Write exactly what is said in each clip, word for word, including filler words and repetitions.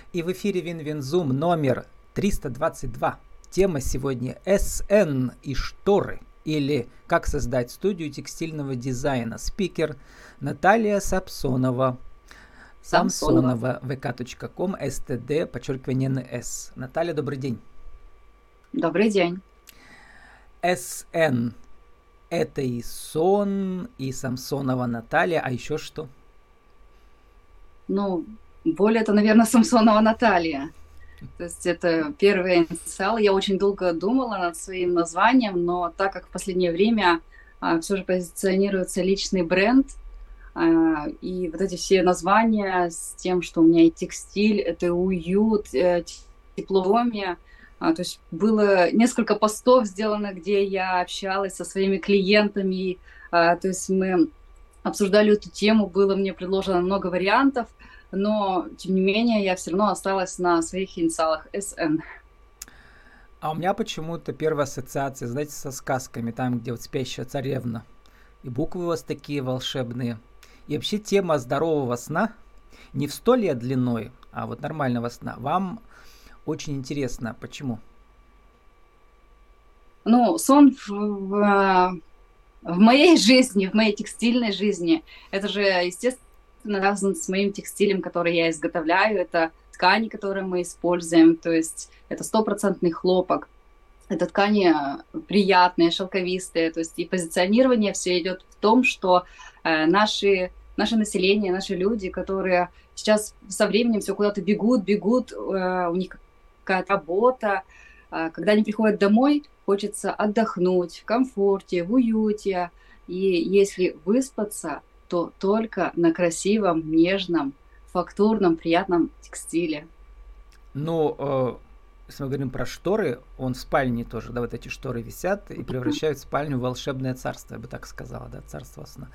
И в эфире Винвинзум номер триста двадцать два. Тема сегодня эс эн и шторы, или как создать студию текстильного дизайна. Спикер Наталья Самсонова. Самсонова, вэ ка точка ком, эс тэ дэ, подчеркивание на S. Наталья, добрый день. Добрый день. эс эн – это и сон, и Самсонова Наталья, а еще что? Ну, более это, наверное, Самсонова Наталья. То есть это первый инициал. Я очень долго думала над своим названием, но так как в последнее время а, все же позиционируется личный бренд, а, и вот эти все названия с тем, что у меня и текстиль, это уют, э, тепло в доме. А, то есть было несколько постов сделано, где я общалась со своими клиентами. А, то есть мы обсуждали эту тему, было мне предложено много вариантов, но, тем не менее, я все равно осталась на своих инициалах эс эн. А у меня почему-то первая ассоциация, знаете, со сказками, там, где вот спящая царевна. И буквы у вас такие волшебные. И вообще тема здорового сна не в сто лет длиной, а вот нормального сна. Вам очень интересно. Почему? Ну, сон в, в, в моей жизни, в моей текстильной жизни, это же, естественно, связан с моим текстилем, который я изготовляю. Это ткани, которые мы используем, то есть это стопроцентный хлопок. Это ткани приятные, шелковистые, то есть и позиционирование все идет в том, что э, наши, наше население, наши люди, которые сейчас со временем все куда-то бегут, бегут, э, у них какая-то работа, э, когда они приходят домой, хочется отдохнуть в комфорте, в уюте, и если выспаться, то только на красивом, нежном, фактурном, приятном текстиле. Ну, э, если мы говорим про шторы, он в спальне тоже, да, вот эти шторы висят и превращают спальню в волшебное царство, я бы так сказала, да, царство сна.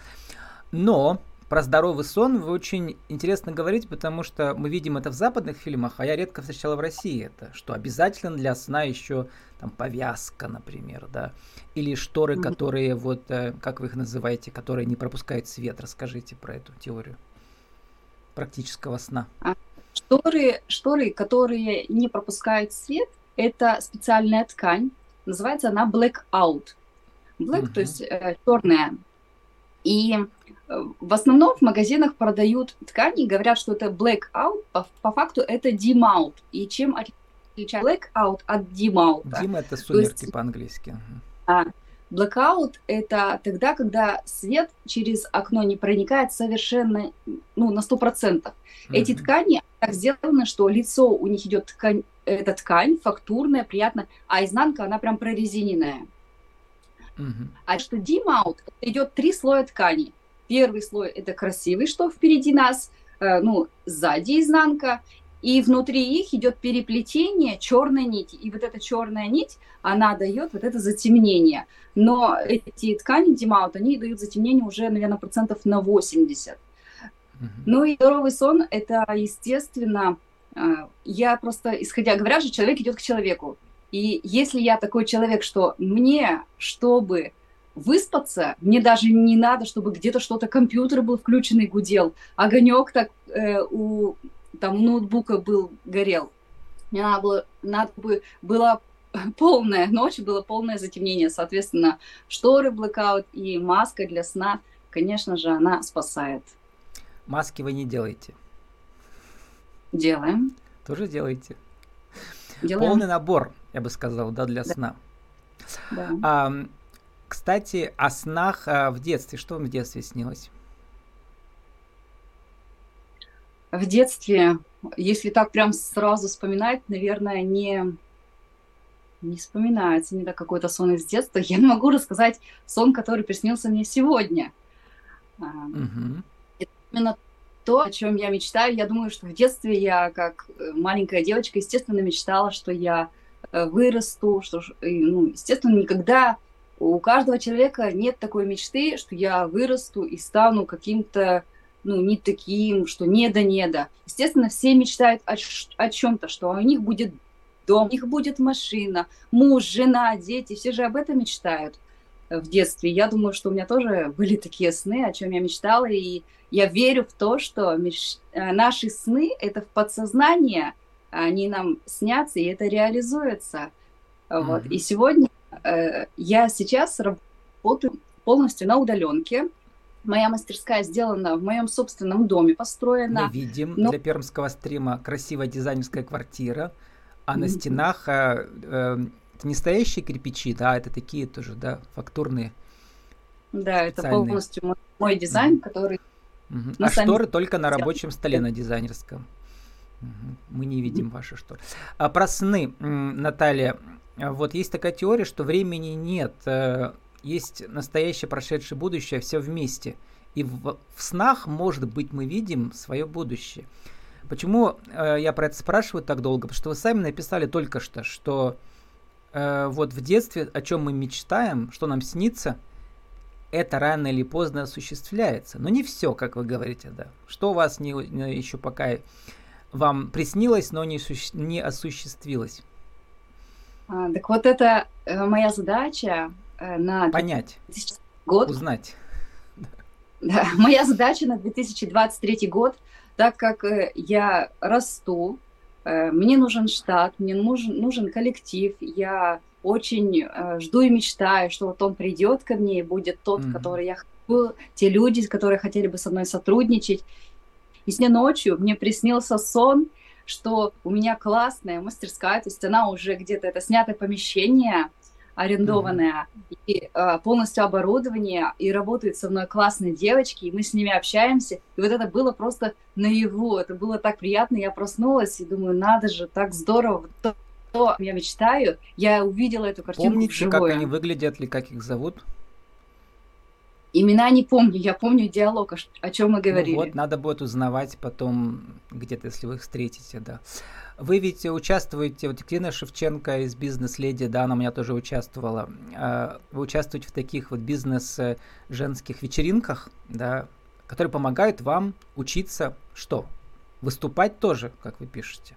Но про здоровый сон вы очень интересно говорите, потому что мы видим это в западных фильмах, а я редко встречала в России это, что обязательно для сна еще там повязка, например, да, или шторы, mm-hmm. которые вот, как вы их называете, которые не пропускают свет. Расскажите про эту теорию практического сна. А, шторы, шторы, которые не пропускают свет, это специальная ткань, называется она blackout. Black, mm-hmm. то есть э, черная. И в основном в магазинах продают ткани и говорят, что это blackout, по, по факту это dim out. И чем отличается blackout от dim out? Dim это сумерки по-английски. А, blackout это тогда, когда свет через окно не проникает совершенно, ну, на сто процентов. Mm-hmm. Эти ткани так сделаны, что лицо у них идет ткань, это ткань фактурная, приятная, а изнанка она прям прорезиненная. Uh-huh. А что dim out, идет три слоя ткани. Первый слой это красивый, что впереди нас, э, ну, сзади изнанка, и внутри их идет переплетение черной нити. И вот эта черная нить, она дает вот это затемнение. Но эти ткани dim out, они дают затемнение уже, наверное, процентов на восемьдесят. Uh-huh. Ну и здоровый сон, это, естественно, э, я просто, исходя, говорят же, человек идет к человеку. И если я такой человек, что мне, чтобы выспаться, мне даже не надо, чтобы где-то что-то, компьютер был включен и гудел, огонек так э, у там, ноутбука был, горел. Мне надо было, надо бы, была полная ночь, было полное затемнение. Соответственно, шторы, blackout и маска для сна, конечно же, она спасает. Маски вы не делаете? Делаем. Тоже делаете? Делаем. Полный набор, я бы сказал, да, для да. сна. Да. А, кстати, о снах а, в детстве. Что вам в детстве снилось? В детстве, если так прям сразу вспоминать, наверное, не, не вспоминается не так какой-то сон из детства. Я могу рассказать сон, который приснился мне сегодня. Угу. Это именно то, о чем я мечтаю. Я думаю, что в детстве я, как маленькая девочка, естественно, мечтала, что я вырасту, что, ну, естественно, никогда у каждого человека нет такой мечты, что я вырасту и стану каким-то, ну, не таким, что недо-недо. Естественно, все мечтают о, о чем-то, что у них будет дом, у них будет машина, муж, жена, дети, все же об этом мечтают в детстве. Я думаю, что у меня тоже были такие сны, о чем я мечтала, и я верю в то, что меч... наши сны – это в подсознание они нам снятся, и это реализуется. Вот. Мгм. И сегодня э, я сейчас работаю полностью на удаленке. Моя мастерская сделана в моем собственном доме, Мы построена. видим Но для пермского стрима красивая дизайнерская квартира, а на Мгм. стенах э, э, это не настоящие кирпичи, да, это такие тоже, да, фактурные, да, это специальные. полностью мой, мой дизайн, Мгм. который Мгм. мы А сами шторы только на сделали. рабочем столе, на дизайнерском. Мгм. Мы не видим ваши шторы. А про сны, м, Наталья, а вот есть такая теория, что времени нет, э, есть настоящее, прошедшее, будущее, все вместе. И в, в снах, может быть, мы видим свое будущее. Почему э, я про это спрашиваю так долго? Потому что вы сами написали только что, что э, вот в детстве, о чем мы мечтаем, что нам снится, это рано или поздно осуществляется. Но не все, как вы говорите, да. Что у вас не, не- еще пока вам приснилось, но не, суще- не осуществилось? А, так вот это э, моя задача э, на Понять, две тысячи год. узнать. Да, моя задача на две тысячи двадцать третий год, так как э, я расту, э, мне нужен штат, мне нужен, нужен коллектив, я очень э, жду и мечтаю, что вот он придет ко мне и будет тот, Мгм. который я хочу, те люди, которые хотели бы со мной сотрудничать. И с ночью мне приснился сон, что у меня классная мастерская, то есть она уже где-то, это снятое помещение, Мгм. арендованное, и э, полностью оборудование, и работают со мной классные девочки, и мы с ними общаемся. И вот это было просто наяву, это было так приятно. Я проснулась и думаю, надо же, так здорово, вот то, то я мечтаю. Я увидела эту картинку Помните, как они вживую. выглядят или как их зовут? Имена не помню, я помню диалог, о, ш- о чем мы Ну вот, говорили. надо будет узнавать потом где-то, если вы их встретите, да. Вы ведь участвуете, вот Екатерина Шевченко из «Бизнес-леди», да, она у меня тоже участвовала. а, Вы участвуете в таких вот бизнес-женских вечеринках, да, которые помогают вам учиться что? Выступать тоже, как вы пишете.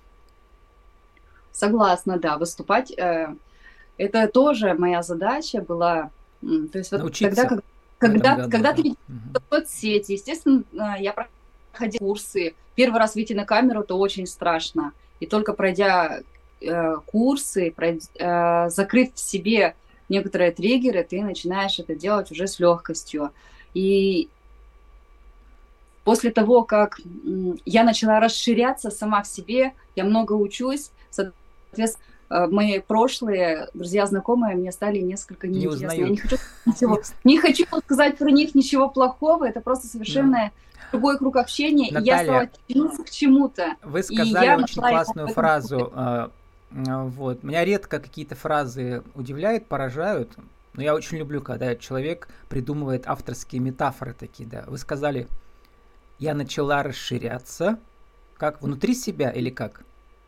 Согласна, да, выступать. э, Это тоже моя задача была. М, То есть вот тогда, Научиться как- в этом когда, году, когда ты да. ведешь Мгм. соцсети, естественно, а, я проходила курсы. Первый раз выйти на камеру, это очень страшно. И только пройдя э, курсы, пройд- э, закрыв в себе некоторые триггеры, ты начинаешь это делать уже с легкостью. И после того, как м, я начала расширяться сама в себе, я много учусь, соответственно, э, мои прошлые друзья, знакомые мне стали несколько Не неинтересны. Я не узнают. хочу Не ничего, уз- не хочу сказать про них ничего плохого, это просто Ну, совершенно другой круг общения, и я стала Наталья, тянуться к чему-то, вы и сказали я очень нашла именно классную в этом смысл. фразу. а, а, Вот. Меня редко какие-то фразы удивляют, поражают. Но я очень люблю, когда человек придумывает авторские метафоры такие, да. Вы сказали, я начала расширяться. Как? Внутри себя или как?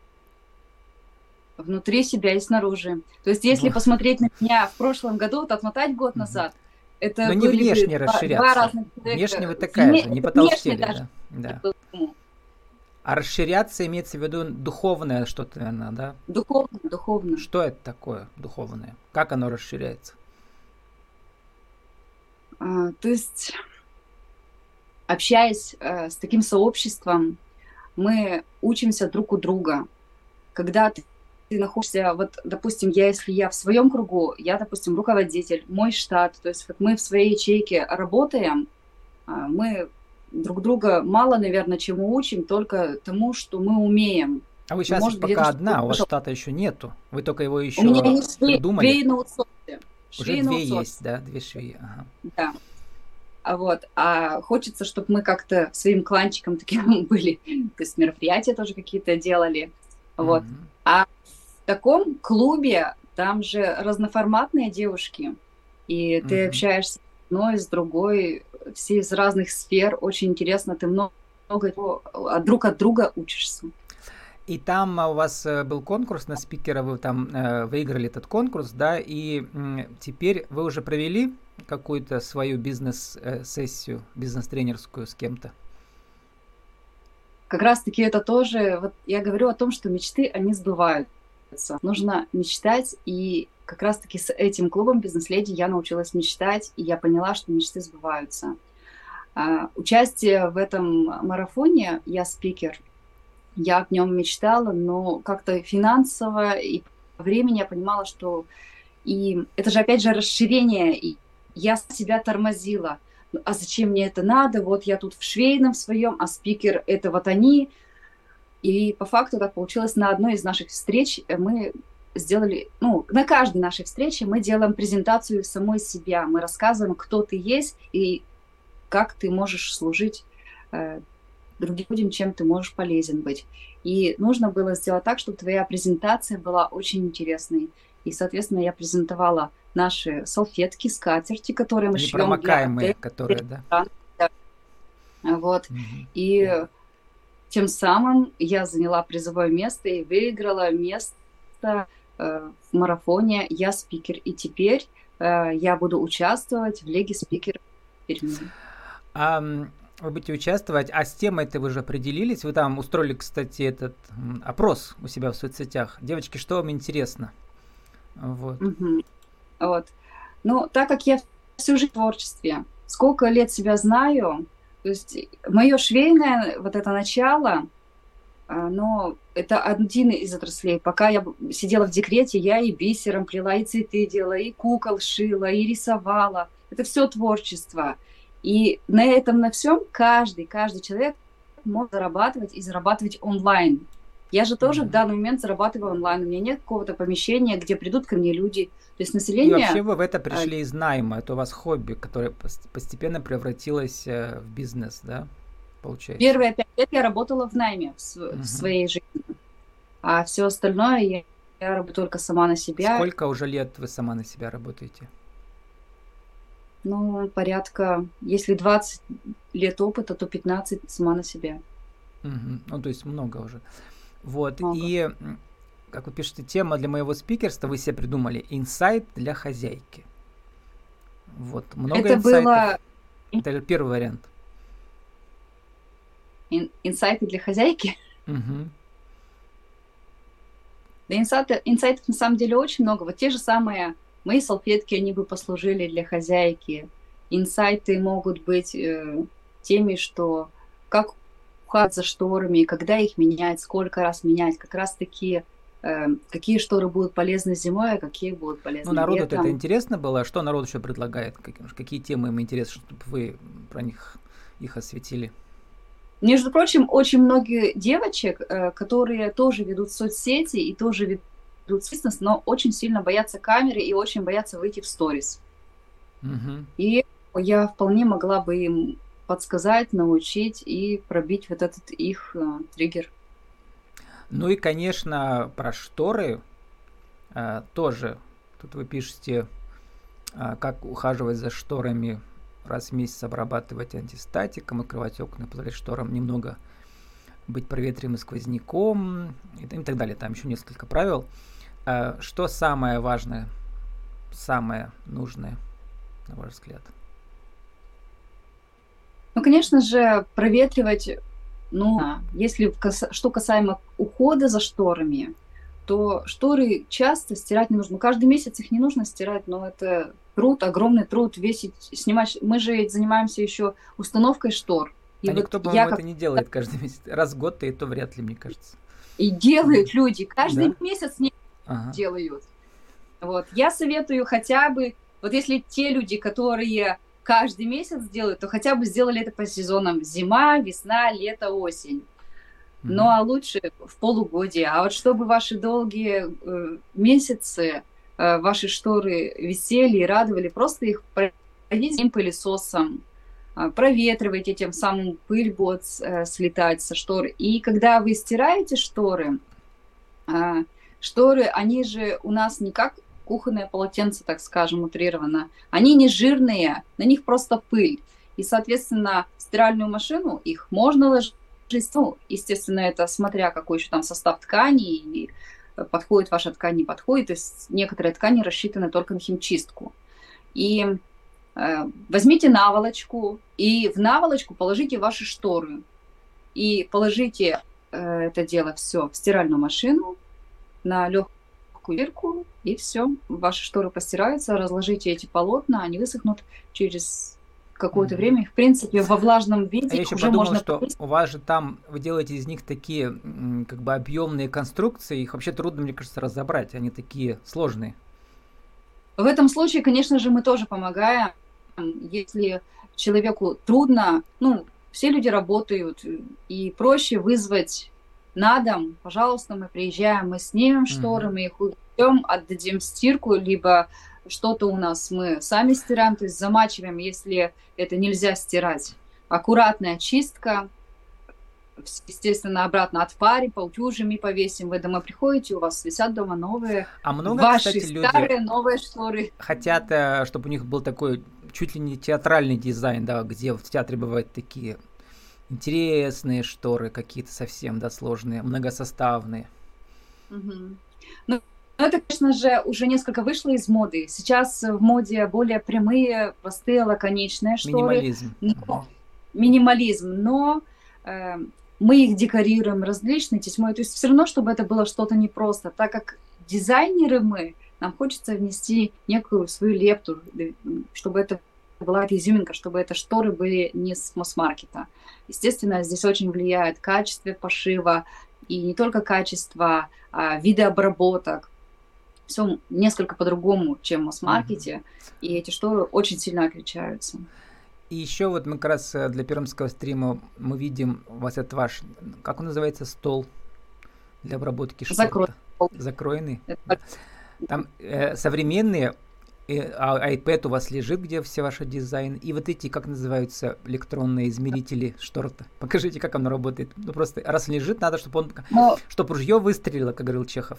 Внутри себя и снаружи. То есть если Во- посмотреть на меня в прошлом году, вот отмотать год Мгм. назад, это Но не были бы внешне два, два расширяться. разных Внешне вы человека. такая Вне- же, не это внешне потолстели, даже да. Да. было. А расширяться имеется в виду духовное что-то, наверное, да? Духовно, духовно. Что это такое духовное? Как оно расширяется? А, то есть, общаясь э, с таким сообществом, мы учимся друг у друга. Когда ты, ты находишься, вот, допустим, я, если я в своем кругу, я, допустим, руководитель, мой штат, то есть вот мы в своей ячейке работаем, а, мы друг друга мало, наверное, чему учим, только тому, что мы умеем. А вы Но, сейчас ведь может быть, это пока что-то одна, у вас тоже. штата еще нету. Вы только его У меня еще есть швеи, придумали. швеи на аутсорсе. Уже Швеи на две аутсорсе, есть, да, две швеи. Ага. да. А вот, а хочется, чтобы мы как-то своим кланчиком таким были, то есть мероприятия тоже какие-то делали, вот. Мгм. А в таком клубе там же разноформатные девушки, и ты Мгм. общаешься с одной, с другой, все из разных сфер, очень интересно, ты много, много чего от друг от друга учишься. И там а, у вас э, был конкурс на спикера, вы там э, выиграли этот конкурс, да, и м, теперь вы уже провели какую-то свою бизнес-сессию, бизнес-тренерскую с кем-то? Как раз-таки это тоже, вот я говорю о том, что мечты, они сбываются. Нужно мечтать, и как раз-таки с этим клубом «Бизнес-леди» я научилась мечтать, и я поняла, что мечты сбываются. А, участие в этом марафоне, я спикер, Я в нем мечтала, но как-то финансово и по времени я понимала, что и это же опять же расширение, и я себя тормозила. Ну, а зачем мне это надо? Вот я тут в швейном своем, а спикер это вот они. И по факту так получилось на одной из наших встреч мы сделали, ну, на каждой нашей встрече мы делаем презентацию самой себя. Мы рассказываем, кто ты есть и как ты можешь служить э, другим людям, чем ты можешь полезен быть. И нужно было сделать так, чтобы твоя презентация была очень интересной. И, соответственно, я презентовала наши салфетки, скатерти, которые мы шьем для Непромокаемые, отелей. которые, да. Вот. Мгм. И тем самым я заняла призовое место и выиграла место э, в марафоне «Я спикер». И теперь э, я буду участвовать в Лиге спикеров Перми. А м, вы будете участвовать, а с темой-то вы же определились? Вы там устроили, кстати, этот м, опрос у себя в соцсетях. Девочки, что вам интересно? Вот. Мгм. Вот. Ну, так как я всю жизнь в творчестве, сколько лет себя знаю, то есть мое швейное вот это начало, а, но это один из отраслей. Пока я б- сидела в декрете, я и бисером плела, и цветы делала, и кукол шила, и рисовала. Это все творчество. И на этом, на всем каждый, каждый человек может зарабатывать и зарабатывать онлайн. Я же тоже в Мгм. данный момент зарабатываю онлайн. У меня нет какого-то помещения, где придут ко мне люди. То есть И население... вообще вы в это а, пришли из найма. Это у вас хобби, которое пос- постепенно превратилось э, в бизнес, да? Получается. Первые пять лет я работала в найме в, св- в Мгм. своей жизни, а все остальное я, я работаю только сама на себя. Сколько уже лет вы сама на себя работаете? Ну, порядка, если двадцать лет опыта, то пятнадцать сама на себя. Мгм. Ну, то есть много уже. Вот. Много. И, м, как вы пишете, тема для моего спикерства вы себе придумали «Инсайт для хозяйки». Вот. Много Это инсайтов. было Это первый вариант. ин- инсайты для хозяйки. Мгм. Да, инсайты, инсайтов на самом деле очень много. Вот те же самые мои салфетки, они бы послужили для хозяйки. Инсайты могут быть э, теми, что как ухаживать за шторами, когда их менять, сколько раз менять, как раз таки э, какие шторы будут полезны зимой, а какие будут Ну, полезны народу-то это летом. интересно было. Что народ еще предлагает? Как- Какие темы им интересны, чтобы вы про них их осветили? Между прочим, очень многие девочек, э, которые тоже ведут соцсети и тоже ведут бизнес, но очень сильно боятся камеры и очень боятся выйти в сторис. Мгм. И я вполне могла бы им подсказать, научить и пробить вот этот их э, триггер. Ну и, конечно, про шторы а, тоже. Тут вы пишете, а, как ухаживать за шторами, раз в месяц обрабатывать антистатиком, открывать окна, позволять шторам немного быть проветриваемым сквозняком и, т- и так далее. Там еще несколько правил. А, что самое важное, самое нужное, на ваш взгляд? Ну, конечно же, проветривать, ну, а, если каса- что касаемо ухода за шторами, то шторы часто стирать не нужно. Каждый месяц их не нужно стирать, но это труд, огромный труд, весить, снимать. Мы же занимаемся еще установкой штор. И А вот никто, я по-моему, как это не делает каждый месяц. Раз в год-то и то вряд ли, мне кажется. и делают люди, каждый Да? месяц не Ага. делают. Вот. Я советую хотя бы, вот если те люди, которые каждый месяц делают, то хотя бы сделали это по сезонам: зима, весна, лето, осень. Ну, Мгм. а лучше в полугодие. А вот чтобы ваши долгие э, месяцы, э, ваши шторы висели и радовали, просто их пройдите им пылесосом, а, проветривайте, тем самым пыль будет с- э, слетать со штор. И когда вы стираете шторы, а, шторы, они же у нас не как кухонное полотенце, так скажем, утрированно. Они не жирные, на них просто пыль. И, соответственно, в стиральную машину их можно ложить. Ну, естественно, это смотря какой еще там состав ткани, и э, подходит ваша ткань, не подходит. То есть некоторые ткани рассчитаны только на химчистку. И э, возьмите наволочку, и в наволочку положите ваши шторы. И положите э, это дело все в стиральную машину, на легкую стирку, и все. Ваши шторы постираются, разложите эти полотна, они высохнут через какое-то Мгм. время. Их, в принципе, во влажном А виде я их еще уже подумал, можно что повесить. у вас же там, вы делаете из них такие, м, как бы объемные конструкции, их вообще трудно, мне кажется, разобрать, они такие сложные. В этом случае, конечно же, мы тоже помогаем. Если человеку трудно, ну, все люди работают, и проще вызвать на дом, пожалуйста, мы приезжаем, мы снимем шторы, Мгм. мы их увезем, отдадим в стирку, либо что-то у нас мы сами стираем, то есть замачиваем, если это нельзя стирать. Аккуратная чистка, вс- естественно, обратно отпарим, поутюжим и повесим. Вы домой приходите, у вас висят дома новые, А много, ваши кстати, люди старые, новые шторы. хотят, э, чтобы у них был такой чуть ли не театральный дизайн, да, где в театре бывают такие интересные шторы, какие-то совсем, да, сложные, многосоставные. Мгм. Ну, ну, это, конечно же, уже несколько вышло из моды. Сейчас в моде более прямые, простые, лаконичные шторы, Минимализм. но минимализм, но э, мы их декорируем различной тесьмой. То есть все равно, чтобы это было что-то непросто, так как дизайнеры мы, нам хочется внести некую свою лепту, э, чтобы это была эта изюминка, чтобы это шторы были не с масс-маркета. Естественно, здесь очень влияет качество пошива, и не только качество, а, виды обработок. Все несколько по-другому, чем в Мгм. масс-маркете, и эти шторы очень сильно отличаются. И еще вот мы как раз э, для пермского стрима мы видим у вас это ваш, как он называется, стол для обработки Закрой. шторта. Закроенный. Это Там э, современные, э, а, iPad у вас лежит, где все ваши дизайны. И вот эти, как называются, электронные измерители шторта. Покажите, как оно работает. Ну просто раз лежит, надо, чтобы он, Но, чтобы ружье выстрелило, как говорил Чехов.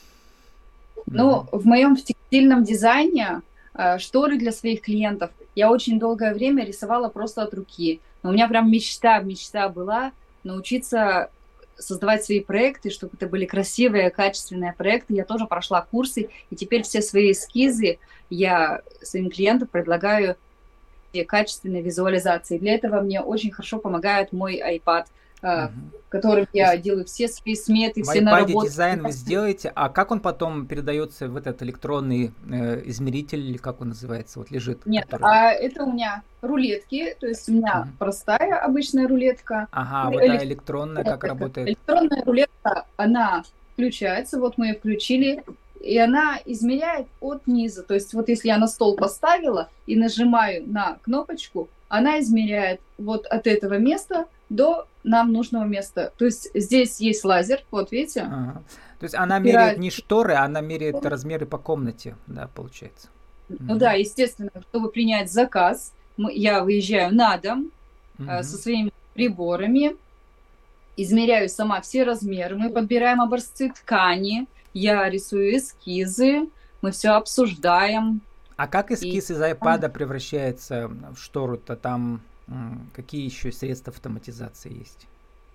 ну, Мгм. в моем текстильном дизайне э, шторы для своих клиентов я очень долгое время рисовала просто от руки. Но у меня прям мечта, мечта была научиться создавать свои проекты, чтобы это были красивые, качественные проекты. Я тоже прошла курсы, и теперь все свои эскизы я своим клиентам предлагаю качественной визуализации. Для этого мне очень хорошо помогает мой iPad, э, Мгм. которым То есть я делаю все свои сметы, в все iPad наработки. дизайн вы сделаете, а как он потом передается в этот электронный э, измеритель, или как он называется, вот лежит, Нет, который... а это у меня рулетки, то есть у меня Мгм. простая обычная рулетка. Ага, вот та Электронная электронная, как рулетка. работает? Электронная рулетка, она включается, вот мы ее включили, и она измеряет от низа. То есть вот если я на стол поставила и нажимаю на кнопочку, она измеряет вот от этого места до нам нужного места. То есть здесь есть лазер, вот видите, Ага. То есть она меряет упирает. не шторы, она меряет размеры по комнате, да, получается. Ну да, Мгм. естественно, чтобы принять заказ, мы- я выезжаю на дом э, со Мгм. своими приборами, измеряю сама все размеры, мы подбираем образцы ткани, я рисую эскизы, мы все обсуждаем. А как И эскиз из iPad превращается в штору-то? Там м, какие еще средства автоматизации есть?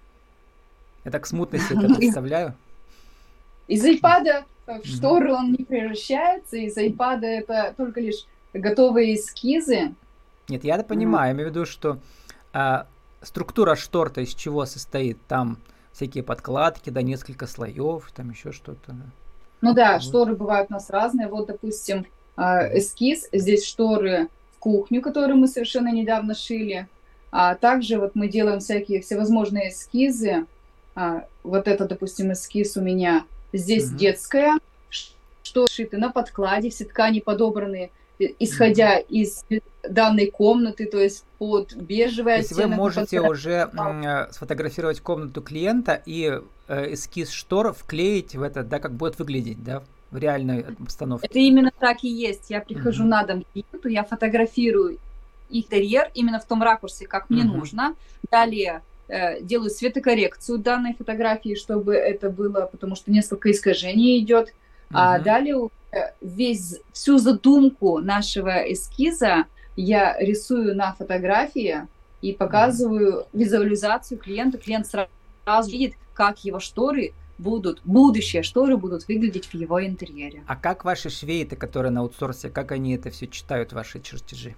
Я так смутно себе это из, представляю. из iPad в Мгм. шторы он не превращается, из iPad это только лишь готовые эскизы. Нет, я это М, понимаю. Я имею в виду, что а, структура штор-то из чего состоит? Там всякие подкладки, да, несколько слоев, там еще что-то. Да. Ну да, Вот. шторы бывают у нас разные. Вот, допустим, а, эскиз, здесь шторы в кухню, которые мы совершенно недавно шили. А также вот мы делаем всякие всевозможные эскизы. А, вот это, допустим, эскиз у меня. Здесь Мгм. детская, ш- что шиты на подкладе, все ткани подобраны, э, Мгм. исходя из данной комнаты, то есть под бежевый То есть вы оттенок мы можете подбираем. уже м, э, сфотографировать комнату клиента и э, эскиз штор вклеить в это, да, как будет выглядеть, да, в реальной обстановке. Это именно так и есть. Я прихожу Мгм. на дом к клиенту, я фотографирую интерьер именно в том ракурсе, как мне Мгм. нужно. Далее э, делаю светокоррекцию данной фотографии, чтобы это было, потому что несколько искажений идет. А Мгм. далее уже весь, всю задумку нашего эскиза я рисую на фотографии и Мгм. показываю визуализацию клиенту. Клиент сразу видит, как его шторы будут, будущие шторы будут выглядеть в его интерьере. А как ваши швеи-то, которые на аутсорсе, как они это все читают, ваши чертежи?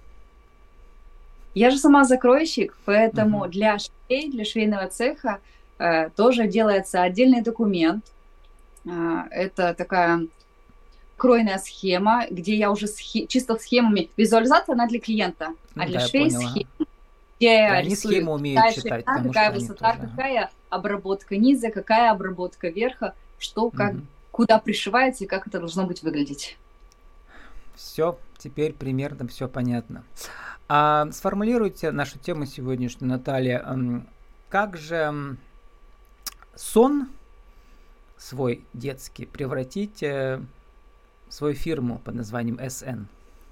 Я же сама закройщик, поэтому Мгм. для швей, для швейного цеха э, тоже делается отдельный документ. А, это такая покройная схема, где я уже схе- чисто схемами. Визуализация, она для клиента, а Ну для да, я швей поняла. схема. Где я Да, они рисую, схему умеют какая читать, ширина, потому что какая они высота, тоже. Ага. какая обработка низа, какая обработка верха, что, как, Мгм. куда пришивается и как это должно быть выглядеть. Все, теперь примерно все понятно. А сформулируйте нашу тему сегодняшнюю, Наталья. М, Как же м, сон свой детский превратить э, в свою фирму под названием эс эн?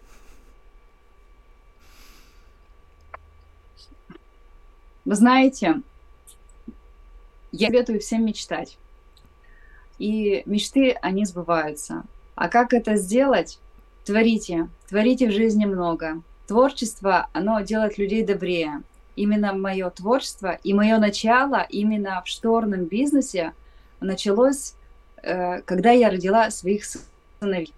Вы знаете, я советую всем мечтать. И мечты, они сбываются. А как это сделать? Творите. Творите в жизни много. Творчество, оно делает людей добрее. Именно мое творчество и мое начало именно в шторном бизнесе началось, э, когда я родила своих сыновей.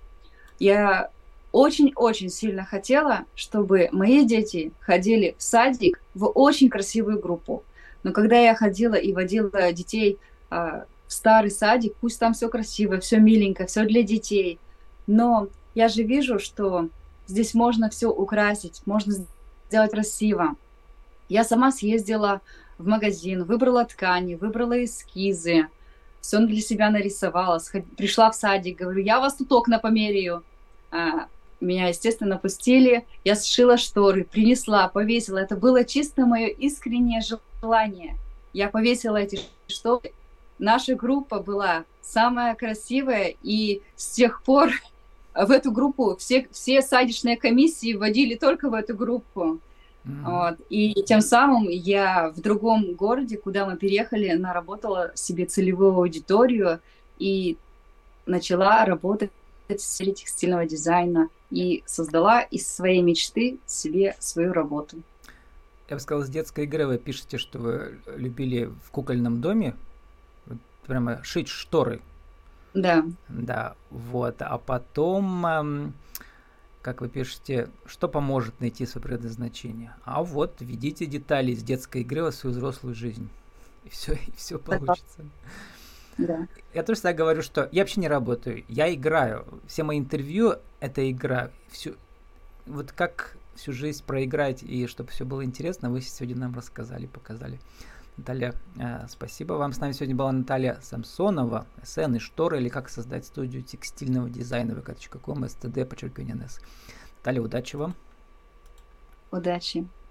Я очень-очень сильно хотела, чтобы мои дети ходили в садик в очень красивую группу. Но когда я ходила и водила детей а, в старый садик, пусть там все красиво, все миленько, все для детей, но я же вижу, что здесь можно все украсить, можно сделать красиво. Я сама съездила в магазин, выбрала ткани, выбрала эскизы, все для себя нарисовала, сход- пришла в садик, говорю, я вас тут окна померяю. А, Меня, естественно, пустили, я сшила шторы, принесла, повесила. Это было чисто мое искреннее желание. Я повесила эти шторы. Наша группа была самая красивая, и с тех пор в эту группу все, все садичные комиссии вводили только в эту группу. Мгм. Вот. И тем самым я в другом городе, куда мы переехали, наработала себе целевую аудиторию и начала работать в сфере текстильного дизайна и создала из своей мечты себе свою работу. Я бы сказал, с детской игры вы пишете, что вы любили в кукольном доме вот прямо шить шторы. Да. Да, вот. А потом, ам, как вы пишете, что поможет найти свое предназначение? А вот, введите детали из детской игры во свою взрослую жизнь. И все, и все получится. Да. Я тоже всегда говорю, что я вообще не работаю, я играю. Все мои интервью – это игра. Всю, вот как всю жизнь проиграть, и чтобы все было интересно, вы сегодня нам рассказали, показали. Наталья, э, спасибо вам. С нами сегодня была Наталья Самсонова, эс эн и шторы, или как создать студию текстильного дизайна вэ ка точка ком, эс тэ дэ, подчеркивание эн эс. Наталья, удачи вам. Удачи.